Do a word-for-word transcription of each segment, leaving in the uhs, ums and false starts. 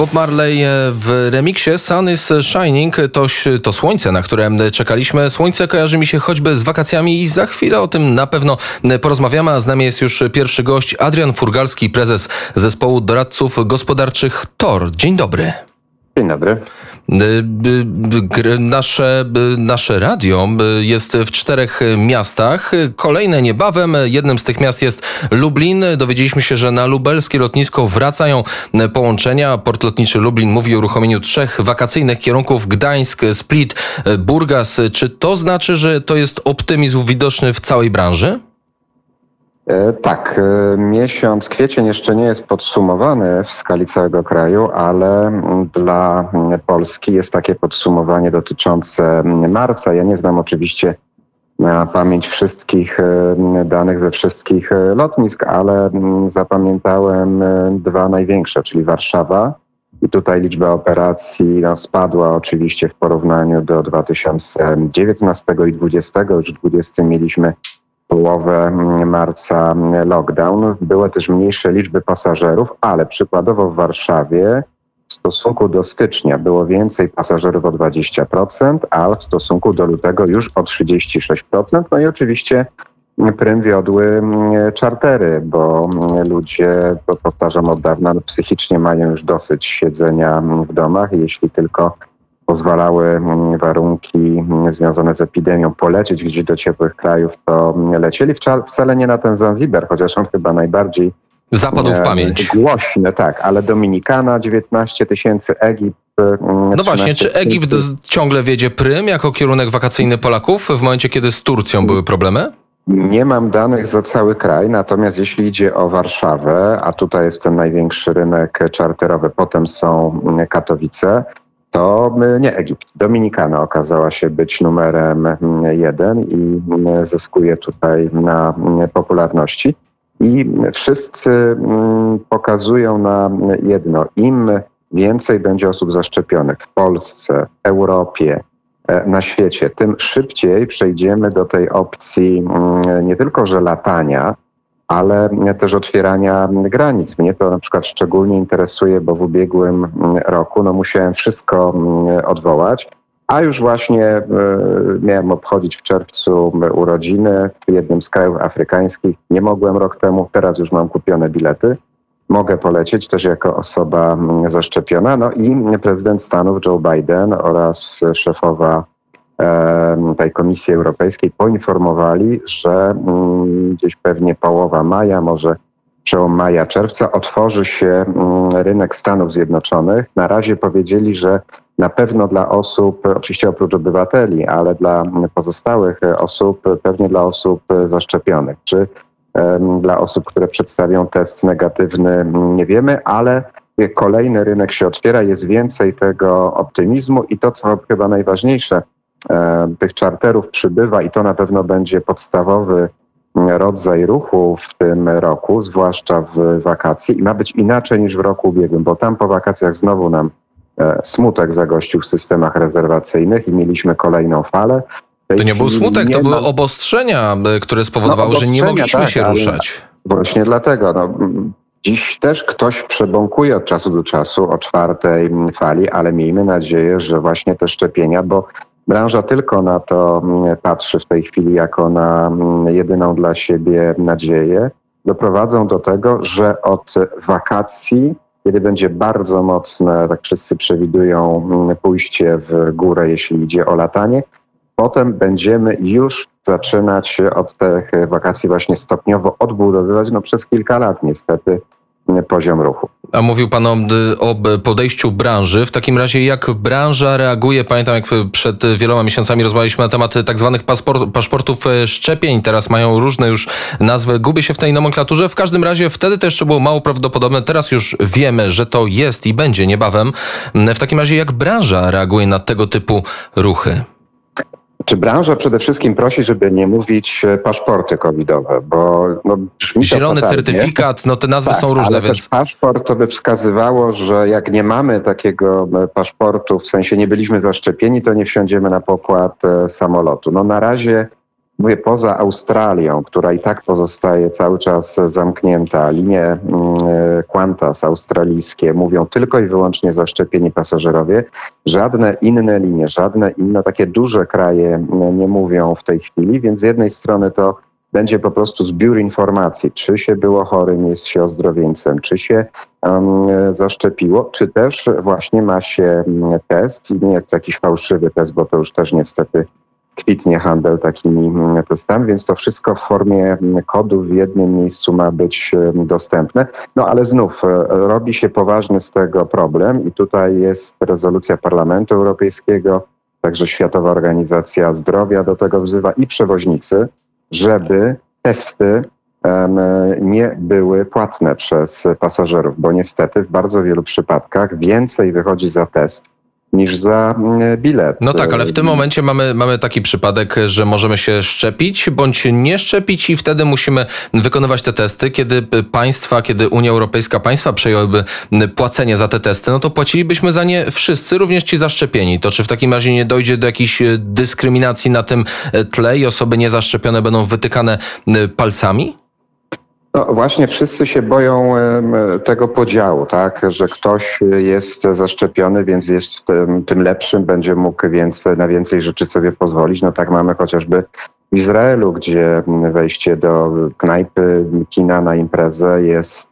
Bob Marley w remiksie Sun is Shining to, to słońce, na które czekaliśmy. Słońce kojarzy mi się choćby z wakacjami i za chwilę o tym na pewno porozmawiamy, a z nami jest już pierwszy gość, Adrian Furgalski, prezes zespołu doradców gospodarczych T O R. Dzień dobry. Dzień dobry. Nasze, nasze radio jest w czterech miastach. Kolejne niebawem. Jednym z tych miast jest Lublin. Dowiedzieliśmy się, że na lubelskie lotnisko wracają połączenia. Port lotniczy Lublin mówi o uruchomieniu trzech wakacyjnych kierunków: Gdańsk, Split, Burgas. Czy to znaczy, że to jest optymizm widoczny w całej branży? Tak, miesiąc kwiecień jeszcze nie jest podsumowany w skali całego kraju, ale dla Polski jest takie podsumowanie dotyczące marca. Ja nie znam oczywiście na pamięć wszystkich danych ze wszystkich lotnisk, ale zapamiętałem dwa największe, czyli Warszawa. I tutaj liczba operacji no, spadła oczywiście w porównaniu do dwa tysiące dziewiętnastego i dwudziestego. Już w dwudziestym mieliśmy połowę marca lockdown. Były też mniejsze liczby pasażerów, ale przykładowo w Warszawie w stosunku do stycznia było więcej pasażerów o dwadzieścia procent, a w stosunku do lutego już o trzydzieści sześć procent. No i oczywiście prym wiodły czartery, bo ludzie, to powtarzam od dawna, psychicznie mają już dosyć siedzenia w domach. Jeśli tylko pozwalały warunki związane z epidemią polecieć gdzieś do ciepłych krajów, to lecieli. Wcale nie na ten Zanzibar, chociaż on chyba najbardziej zapadł w pamięć. Głośny, tak, ale Dominikana dziewiętnaście tysięcy, Egipt. No właśnie, czy Egipt ciągle wiedzie prym jako kierunek wakacyjny Polaków w momencie, kiedy z Turcją były problemy? Nie mam danych za cały kraj, natomiast jeśli idzie o Warszawę, a tutaj jest ten największy rynek czarterowy, potem są Katowice, to nie Egipt. Dominikana okazała się być numerem jeden i zyskuje tutaj na popularności. I wszyscy pokazują na jedno. Im więcej będzie osób zaszczepionych w Polsce, w Europie, na świecie, tym szybciej przejdziemy do tej opcji nie tylko, że latania, ale też otwierania granic. Mnie to na przykład szczególnie interesuje, bo w ubiegłym roku no, musiałem wszystko odwołać, a już właśnie miałem obchodzić w czerwcu urodziny w jednym z krajów afrykańskich. Nie mogłem rok temu, teraz już mam kupione bilety. Mogę polecieć też jako osoba zaszczepiona. No i prezydent Stanów Joe Biden oraz szefowa tej Komisji Europejskiej poinformowali, że gdzieś pewnie połowa maja, może przełom maja, czerwca otworzy się rynek Stanów Zjednoczonych. Na razie powiedzieli, że na pewno dla osób, oczywiście oprócz obywateli, ale dla pozostałych osób, pewnie dla osób zaszczepionych. Czy dla osób, które przedstawią test negatywny, nie wiemy, ale kolejny rynek się otwiera, jest więcej tego optymizmu i to, co chyba najważniejsze, tych czarterów przybywa i to na pewno będzie podstawowy rodzaj ruchu w tym roku, zwłaszcza w wakacje, i ma być inaczej niż w roku ubiegłym, bo tam po wakacjach znowu nam smutek zagościł w systemach rezerwacyjnych i mieliśmy kolejną falę. To nie był smutek, to były obostrzenia, które spowodowały, no, że nie mogliśmy tak, się ruszać. Właśnie dlatego. No, dziś też ktoś przebąkuje od czasu do czasu o czwartej fali, ale miejmy nadzieję, że właśnie te szczepienia, bo branża tylko na to patrzy w tej chwili jako na jedyną dla siebie nadzieję, doprowadzą do tego, że od wakacji, kiedy będzie bardzo mocne, tak wszyscy przewidują, pójście w górę, jeśli idzie o latanie, potem będziemy już zaczynać od tych wakacji właśnie stopniowo odbudowywać, no przez kilka lat niestety, poziom ruchu. A mówił pan o, o podejściu branży. W takim razie jak branża reaguje? Pamiętam, jak przed wieloma miesiącami rozmawialiśmy na temat tak zwanych paszport, paszportów szczepień. Teraz mają różne już nazwy. Gubię się w tej nomenklaturze. W każdym razie wtedy to jeszcze było mało prawdopodobne. Teraz już wiemy, że to jest i będzie niebawem. W takim razie jak branża reaguje na tego typu ruchy? Czy branża przede wszystkim prosi, żeby nie mówić paszporty covidowe, bo no, brzmi zielony certyfikat, no te nazwy tak, są różne. Ale więc... też paszport to by wskazywało, że jak nie mamy takiego paszportu, w sensie nie byliśmy zaszczepieni, to nie wsiądziemy na pokład samolotu. No na razie mówię, poza Australią, która i tak pozostaje cały czas zamknięta, linie Qantas australijskie mówią tylko i wyłącznie zaszczepieni pasażerowie. Żadne inne linie, żadne inne takie duże kraje nie mówią w tej chwili, więc z jednej strony to będzie po prostu zbiór informacji, czy się było chorym, jest się ozdrowieńcem, czy się um, zaszczepiło, czy też właśnie ma się test i nie jest to jakiś fałszywy test, bo to już też niestety kwitnie handel takimi testami, więc to wszystko w formie kodu w jednym miejscu ma być dostępne. No ale znów robi się poważny z tego problem i tutaj jest rezolucja Parlamentu Europejskiego, także Światowa Organizacja Zdrowia do tego wzywa i przewoźnicy, żeby testy um, nie były płatne przez pasażerów, bo niestety w bardzo wielu przypadkach więcej wychodzi za test niż za bilet. No tak, ale w tym momencie mamy, mamy taki przypadek, że możemy się szczepić bądź nie szczepić i wtedy musimy wykonywać te testy. Kiedy państwa, kiedy Unia Europejska, państwa przejęłyby płacenie za te testy, no to płacilibyśmy za nie wszyscy, również ci zaszczepieni. To czy w takim razie nie dojdzie do jakiejś dyskryminacji na tym tle i osoby niezaszczepione będą wytykane palcami? No właśnie wszyscy się boją tego podziału, tak, że ktoś jest zaszczepiony, więc jest tym lepszym, będzie mógł więcej, na więcej rzeczy sobie pozwolić. No tak mamy chociażby w Izraelu, gdzie wejście do knajpy, kina, na imprezę jest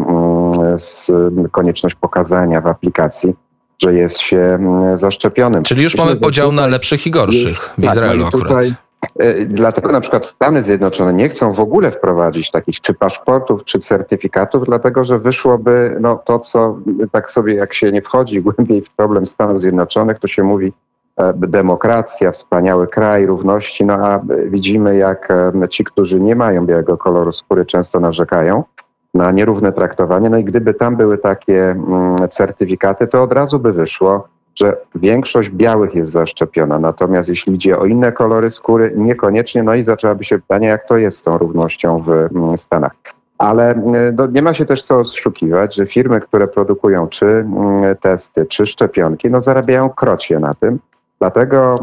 konieczność pokazania w aplikacji, że jest się zaszczepionym. Czyli już mamy podział na lepszych i gorszych w Izraelu tak, no akurat. Tutaj, dlatego na przykład Stany Zjednoczone nie chcą w ogóle wprowadzić takich czy paszportów, czy certyfikatów, dlatego że wyszłoby no, to, co tak sobie jak się nie wchodzi głębiej w problem Stanów Zjednoczonych, to się mówi e, demokracja, wspaniały kraj, równości, no a widzimy jak e, ci, którzy nie mają białego koloru skóry, często narzekają na nierówne traktowanie. No i gdyby tam były takie mm, certyfikaty, to od razu by wyszło, że większość białych jest zaszczepiona, natomiast jeśli idzie o inne kolory skóry, niekoniecznie, no i zaczęłaby się pytanie, jak to jest z tą równością w Stanach. Ale no, nie ma się też co oszukiwać, że firmy, które produkują czy testy, czy szczepionki, no zarabiają krocie na tym. Dlatego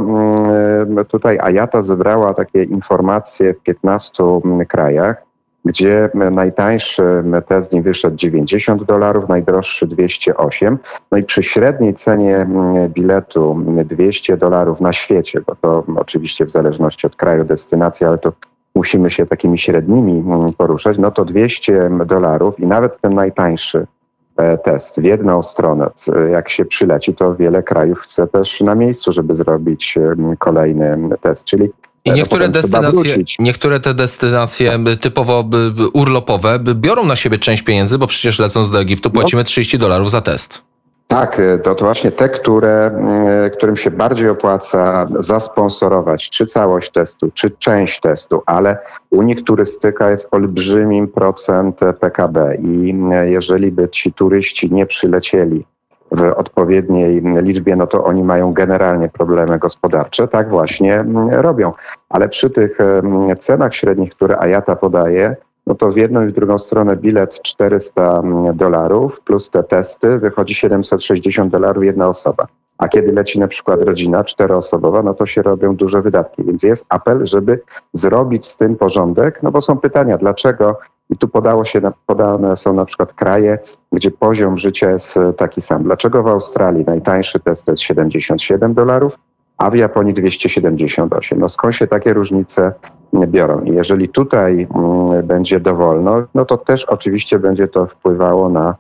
tutaj I A T A zebrała takie informacje w piętnastu krajach, gdzie najtańszy test nie wyszedł dziewięćdziesiąt dolarów, najdroższy dwieście osiem. No i przy średniej cenie biletu dwieście dolarów na świecie, bo to oczywiście w zależności od kraju, destynacji, ale to musimy się takimi średnimi poruszać, no to dwieście dolarów i nawet ten najtańszy test w jedną stronę, jak się przyleci, to wiele krajów chce też na miejscu, żeby zrobić kolejny test, czyli I niektóre destynacje, niektóre te destynacje typowo urlopowe biorą na siebie część pieniędzy, bo przecież lecąc do Egiptu płacimy trzydzieści dolarów za test. Tak, to, to właśnie te, które, którym się bardziej opłaca zasponsorować czy całość testu, czy część testu, ale u nich turystyka jest olbrzymim procent P K B i jeżeli by ci turyści nie przylecieli w odpowiedniej liczbie, no to oni mają generalnie problemy gospodarcze. Tak właśnie robią. Ale przy tych cenach średnich, które I A T A podaje, no to w jedną i w drugą stronę bilet czterysta dolarów plus te testy wychodzi siedemset sześćdziesiąt dolarów jedna osoba. A kiedy leci na przykład rodzina czteroosobowa, no to się robią duże wydatki. Więc jest apel, żeby zrobić z tym porządek, no bo są pytania, dlaczego. I tu podało się, podane są na przykład kraje, gdzie poziom życia jest taki sam. Dlaczego w Australii najtańszy test to jest siedemdziesiąt siedem dolarów, a w Japonii dwieście siedemdziesiąt osiem. No skąd się takie różnice biorą? I jeżeli tutaj mm, będzie dowolno, no to też oczywiście będzie to wpływało na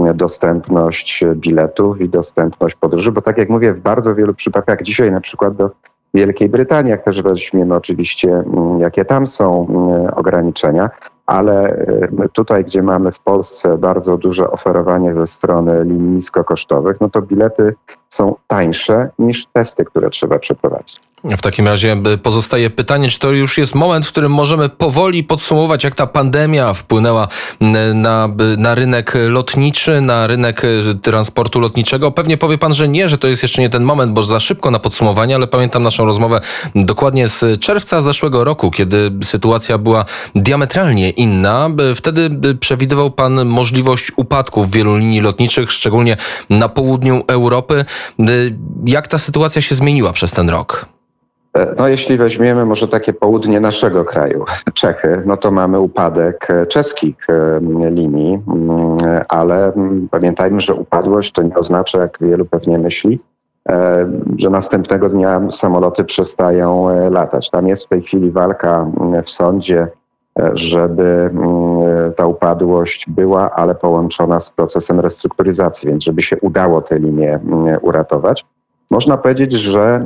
dostępność biletów i dostępność podróży, bo tak jak mówię, w bardzo wielu przypadkach, dzisiaj na przykład do Wielkiej Brytanii, jak też weźmiemy oczywiście, jakie tam są ograniczenia, ale tutaj, gdzie mamy w Polsce bardzo duże oferowanie ze strony linii niskokosztowych, no to bilety są tańsze niż testy, które trzeba przeprowadzić. W takim razie pozostaje pytanie, czy to już jest moment, w którym możemy powoli podsumować, jak ta pandemia wpłynęła na, na rynek lotniczy, na rynek transportu lotniczego. Pewnie powie pan, że nie, że to jest jeszcze nie ten moment, bo za szybko na podsumowanie, ale pamiętam naszą rozmowę dokładnie z czerwca zeszłego roku, kiedy sytuacja była diametralnie inna. Wtedy przewidywał pan możliwość upadków wielu linii lotniczych, szczególnie na południu Europy. Jak ta sytuacja się zmieniła przez ten rok? No jeśli weźmiemy może takie południe naszego kraju, Czechy, no to mamy upadek czeskich linii, ale pamiętajmy, że upadłość to nie oznacza, jak wielu pewnie myśli, że następnego dnia samoloty przestają latać. Tam jest w tej chwili walka w sądzie, żeby ta upadłość była, ale połączona z procesem restrukturyzacji, więc żeby się udało te linie uratować. Można powiedzieć, że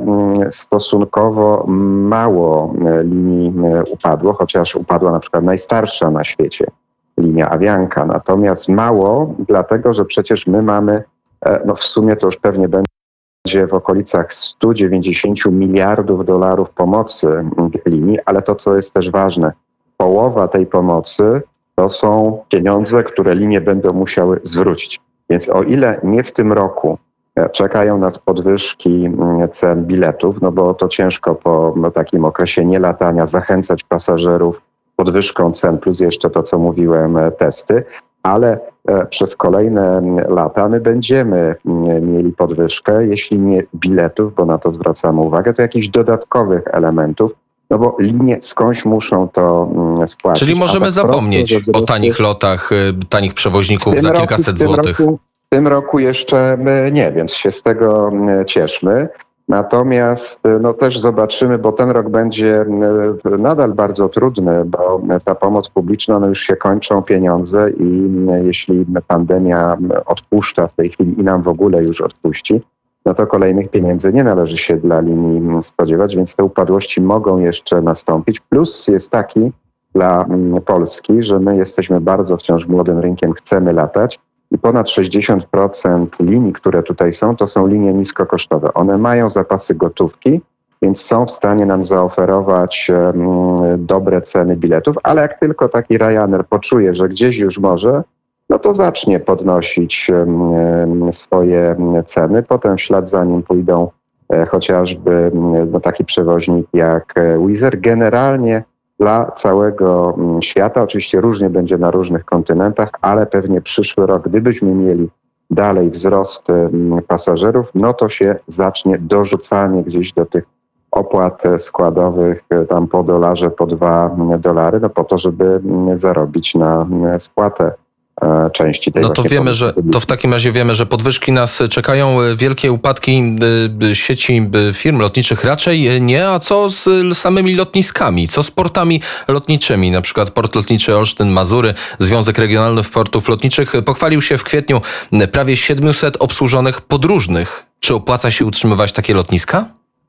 stosunkowo mało linii upadło, chociaż upadła na przykład najstarsza na świecie linia Avianca. Natomiast mało, dlatego że przecież my mamy, no w sumie to już pewnie będzie w okolicach sto dziewięćdziesiąt miliardów dolarów pomocy tych linii, ale to, co jest też ważne, połowa tej pomocy to są pieniądze, które linie będą musiały zwrócić. Więc o ile nie w tym roku czekają nas podwyżki cen biletów, no bo to ciężko po no, takim okresie nielatania zachęcać pasażerów podwyżką cen, plus jeszcze to, co mówiłem, testy, ale przez kolejne lata my będziemy mieli podwyżkę, jeśli nie biletów, bo na to zwracamy uwagę, to jakichś dodatkowych elementów, no bo linie skądś muszą to spłacić. Czyli możemy tak zapomnieć wzrostu, o tanich lotach, tanich przewoźników za kilkaset roku, złotych. Roku, w tym roku jeszcze nie, więc się z tego cieszmy. Natomiast no też zobaczymy, bo ten rok będzie nadal bardzo trudny, bo ta pomoc publiczna, no już się kończą pieniądze i jeśli pandemia odpuszcza w tej chwili i nam w ogóle już odpuści, no to kolejnych pieniędzy nie należy się dla linii spodziewać, więc te upadłości mogą jeszcze nastąpić. Plus jest taki dla Polski, że my jesteśmy bardzo wciąż młodym rynkiem, chcemy latać i ponad sześćdziesiąt procent linii, które tutaj są, to są linie niskokosztowe. One mają zapasy gotówki, więc są w stanie nam zaoferować um, dobre ceny biletów, ale jak tylko taki Ryanair poczuje, że gdzieś już może, no to zacznie podnosić um, swoje ceny. Potem w ślad za nim pójdą e, chociażby no, taki przewoźnik jak Wizz Air. Generalnie dla całego świata, oczywiście różnie będzie na różnych kontynentach, ale pewnie przyszły rok, gdybyśmy mieli dalej wzrost pasażerów, no to się zacznie dorzucanie gdzieś do tych opłat składowych tam po dolarze, po dwa dolary, no po to, żeby zarobić na spłatę części tej. No to wiemy, że to w takim razie wiemy, że podwyżki nas czekają, wielkie upadki sieci firm lotniczych raczej nie, a co z samymi lotniskami, co z portami lotniczymi, na przykład Port Lotniczy Olsztyn-Mazury, Związek Regionalnych Portów Lotniczych pochwalił się w kwietniu prawie siedmiuset obsłużonych podróżnych. Czy opłaca się utrzymywać takie lotniska?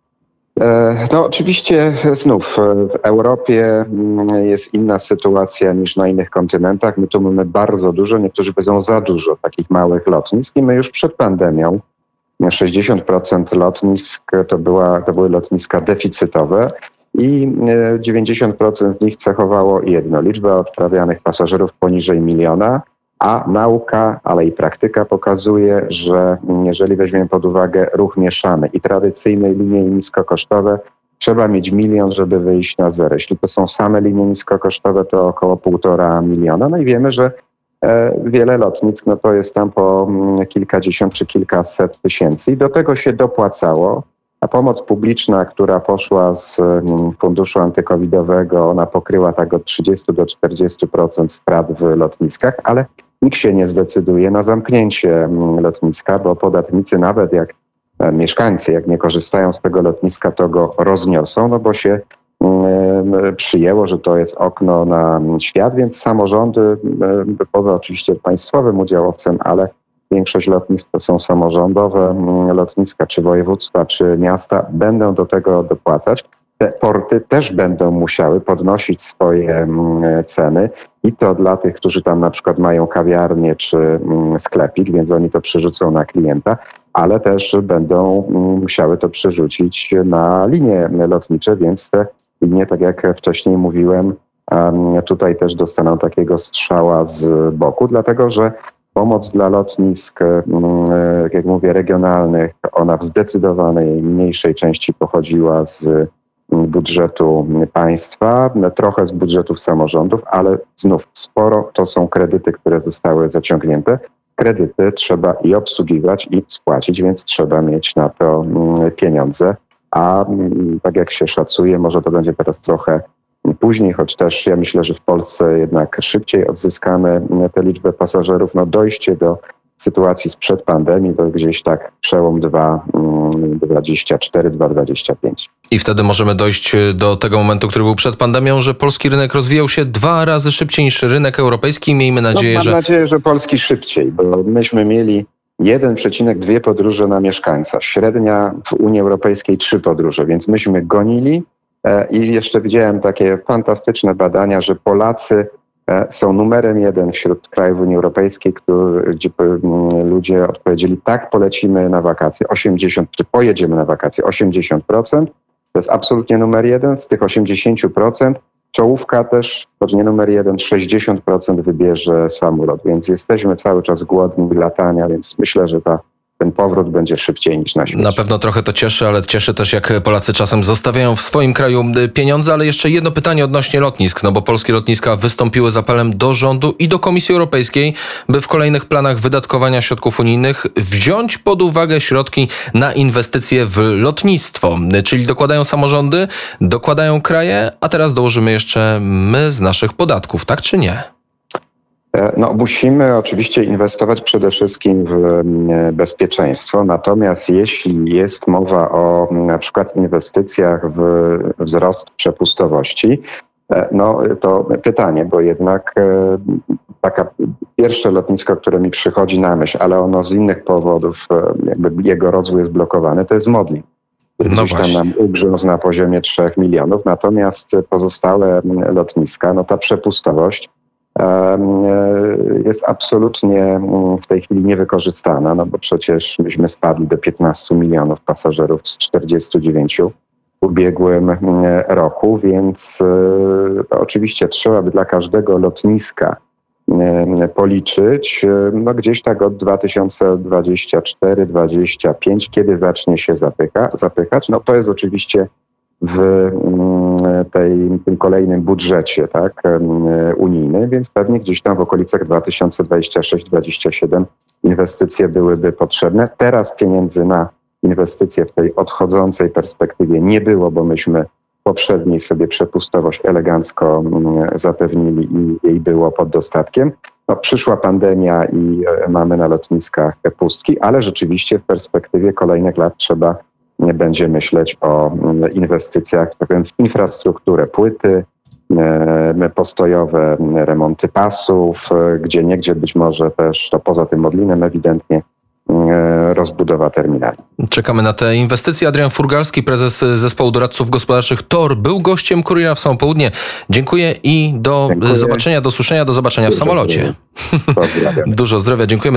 No oczywiście znów w Europie jest inna sytuacja niż na innych kontynentach. My tu mamy bardzo dużo, niektórzy powiedzą za dużo takich małych lotnisk i my już przed pandemią sześćdziesiąt procent lotnisk to, była, to były lotniska deficytowe i dziewięćdziesiąt procent z nich cechowało jedno, liczba odprawianych pasażerów poniżej miliona, a nauka, ale i praktyka pokazuje, że jeżeli weźmiemy pod uwagę ruch mieszany i tradycyjne linie niskokosztowe, trzeba mieć milion, żeby wyjść na zero. Jeśli to są same linie niskokosztowe, to około półtora miliona. No i wiemy, że wiele lotnisk, no to jest tam po kilkadziesiąt czy kilkaset tysięcy i do tego się dopłacało. A pomoc publiczna, która poszła z funduszu antykowidowego, ona pokryła tak od trzydziestu do czterdziestu procent strat w lotniskach, ale nikt się nie zdecyduje na zamknięcie lotniska, bo podatnicy nawet jak mieszkańcy, jak nie korzystają z tego lotniska, to go rozniosą, no bo się przyjęło, że to jest okno na świat, więc samorządy, poza oczywiście państwowym udziałowcem, ale większość lotnisk to są samorządowe lotniska, czy województwa, czy miasta, będą do tego dopłacać. Te porty też będą musiały podnosić swoje ceny i to dla tych, którzy tam na przykład mają kawiarnię czy sklepik, więc oni to przerzucą na klienta, ale też będą musiały to przerzucić na linie lotnicze, więc te linie, tak jak wcześniej mówiłem, tutaj też dostaną takiego strzała z boku, dlatego że pomoc dla lotnisk, jak mówię, regionalnych, ona w zdecydowanej mniejszej części pochodziła z budżetu państwa, trochę z budżetów samorządów, ale znów sporo to są kredyty, które zostały zaciągnięte. Kredyty trzeba i obsługiwać, i spłacić, więc trzeba mieć na to pieniądze. a tak jak się szacuje, może to będzie teraz trochę później, choć też ja myślę, że w Polsce jednak szybciej odzyskamy tę liczbę pasażerów. No dojście do sytuacji sprzed pandemii to gdzieś tak przełom dwa dwadzieścia cztery dwa dwadzieścia pięć. I wtedy możemy dojść do tego momentu, który był przed pandemią, że polski rynek rozwijał się dwa razy szybciej niż rynek europejski. Miejmy nadzieję, no, mam że... Mam nadzieję, że polski szybciej, bo myśmy mieli jeden przecinek dwa podróże na mieszkańca. Średnia w Unii Europejskiej trzy podróże, więc myśmy gonili i jeszcze widziałem takie fantastyczne badania, że Polacy są numerem jeden wśród krajów Unii Europejskiej, który, gdzie ludzie odpowiedzieli tak, polecimy na wakacje, osiemdziesiąt czy pojedziemy na wakacje, osiemdziesiąt procent. To jest absolutnie numer jeden. Z tych osiemdziesiąt procent czołówka też, choć nie numer jeden, sześćdziesiąt procent wybierze samolot, więc jesteśmy cały czas głodni latania, więc myślę, że ta ten powrót będzie szybciej niż na świecie. Na pewno trochę to cieszy, ale cieszy też, jak Polacy czasem zostawiają w swoim kraju pieniądze. Ale jeszcze jedno pytanie odnośnie lotnisk, no bo polskie lotniska wystąpiły z apelem do rządu i do Komisji Europejskiej, by w kolejnych planach wydatkowania środków unijnych wziąć pod uwagę środki na inwestycje w lotnictwo. Czyli dokładają samorządy, dokładają kraje, a teraz dołożymy jeszcze my z naszych podatków, tak czy nie? No, musimy oczywiście inwestować przede wszystkim w bezpieczeństwo, natomiast jeśli jest mowa o na przykład inwestycjach w wzrost przepustowości, no to pytanie, bo jednak taka pierwsze lotnisko, które mi przychodzi na myśl, ale ono z innych powodów, jakby jego rozwój jest blokowany, to jest Modlin. Gdzieś tam nam ugrzązł na poziomie trzech milionów, natomiast pozostałe lotniska, no ta przepustowość jest absolutnie w tej chwili niewykorzystana, no bo przecież myśmy spadli do piętnastu milionów pasażerów z czterdziestu dziewięciu w ubiegłym roku, więc to oczywiście trzeba by dla każdego lotniska policzyć, no gdzieś tak od dwa tysiące dwudziestego czwartego do dwa tysiące dwudziestego piątego, kiedy zacznie się zapycha, zapychać. No to jest oczywiście w tej, tym kolejnym budżecie, tak, unijnym, więc pewnie gdzieś tam w okolicach dwa tysiące dwudziestego szóstego do dwa tysiące dwudziestego siódmego inwestycje byłyby potrzebne. Teraz pieniędzy na inwestycje w tej odchodzącej perspektywie nie było, bo myśmy poprzedniej sobie przepustowość elegancko zapewnili i jej było pod dostatkiem. No, przyszła pandemia i mamy na lotniskach pustki, ale rzeczywiście w perspektywie kolejnych lat trzeba będzie myśleć o inwestycjach tak powiem, w infrastrukturę, płyty postojowe, remonty pasów, gdzie niegdzie być może też, to poza tym Modlinem ewidentnie, rozbudowa terminali. Czekamy na te inwestycje. Adrian Furgalski, prezes Zespołu Doradców Gospodarczych T O R, był gościem Kuriera w Samo Południe. Dziękuję i do Dziękuję. zobaczenia, do słyszenia, do zobaczenia Dużo w samolocie. Zdrowia. Dużo zdrowia. Dziękujemy.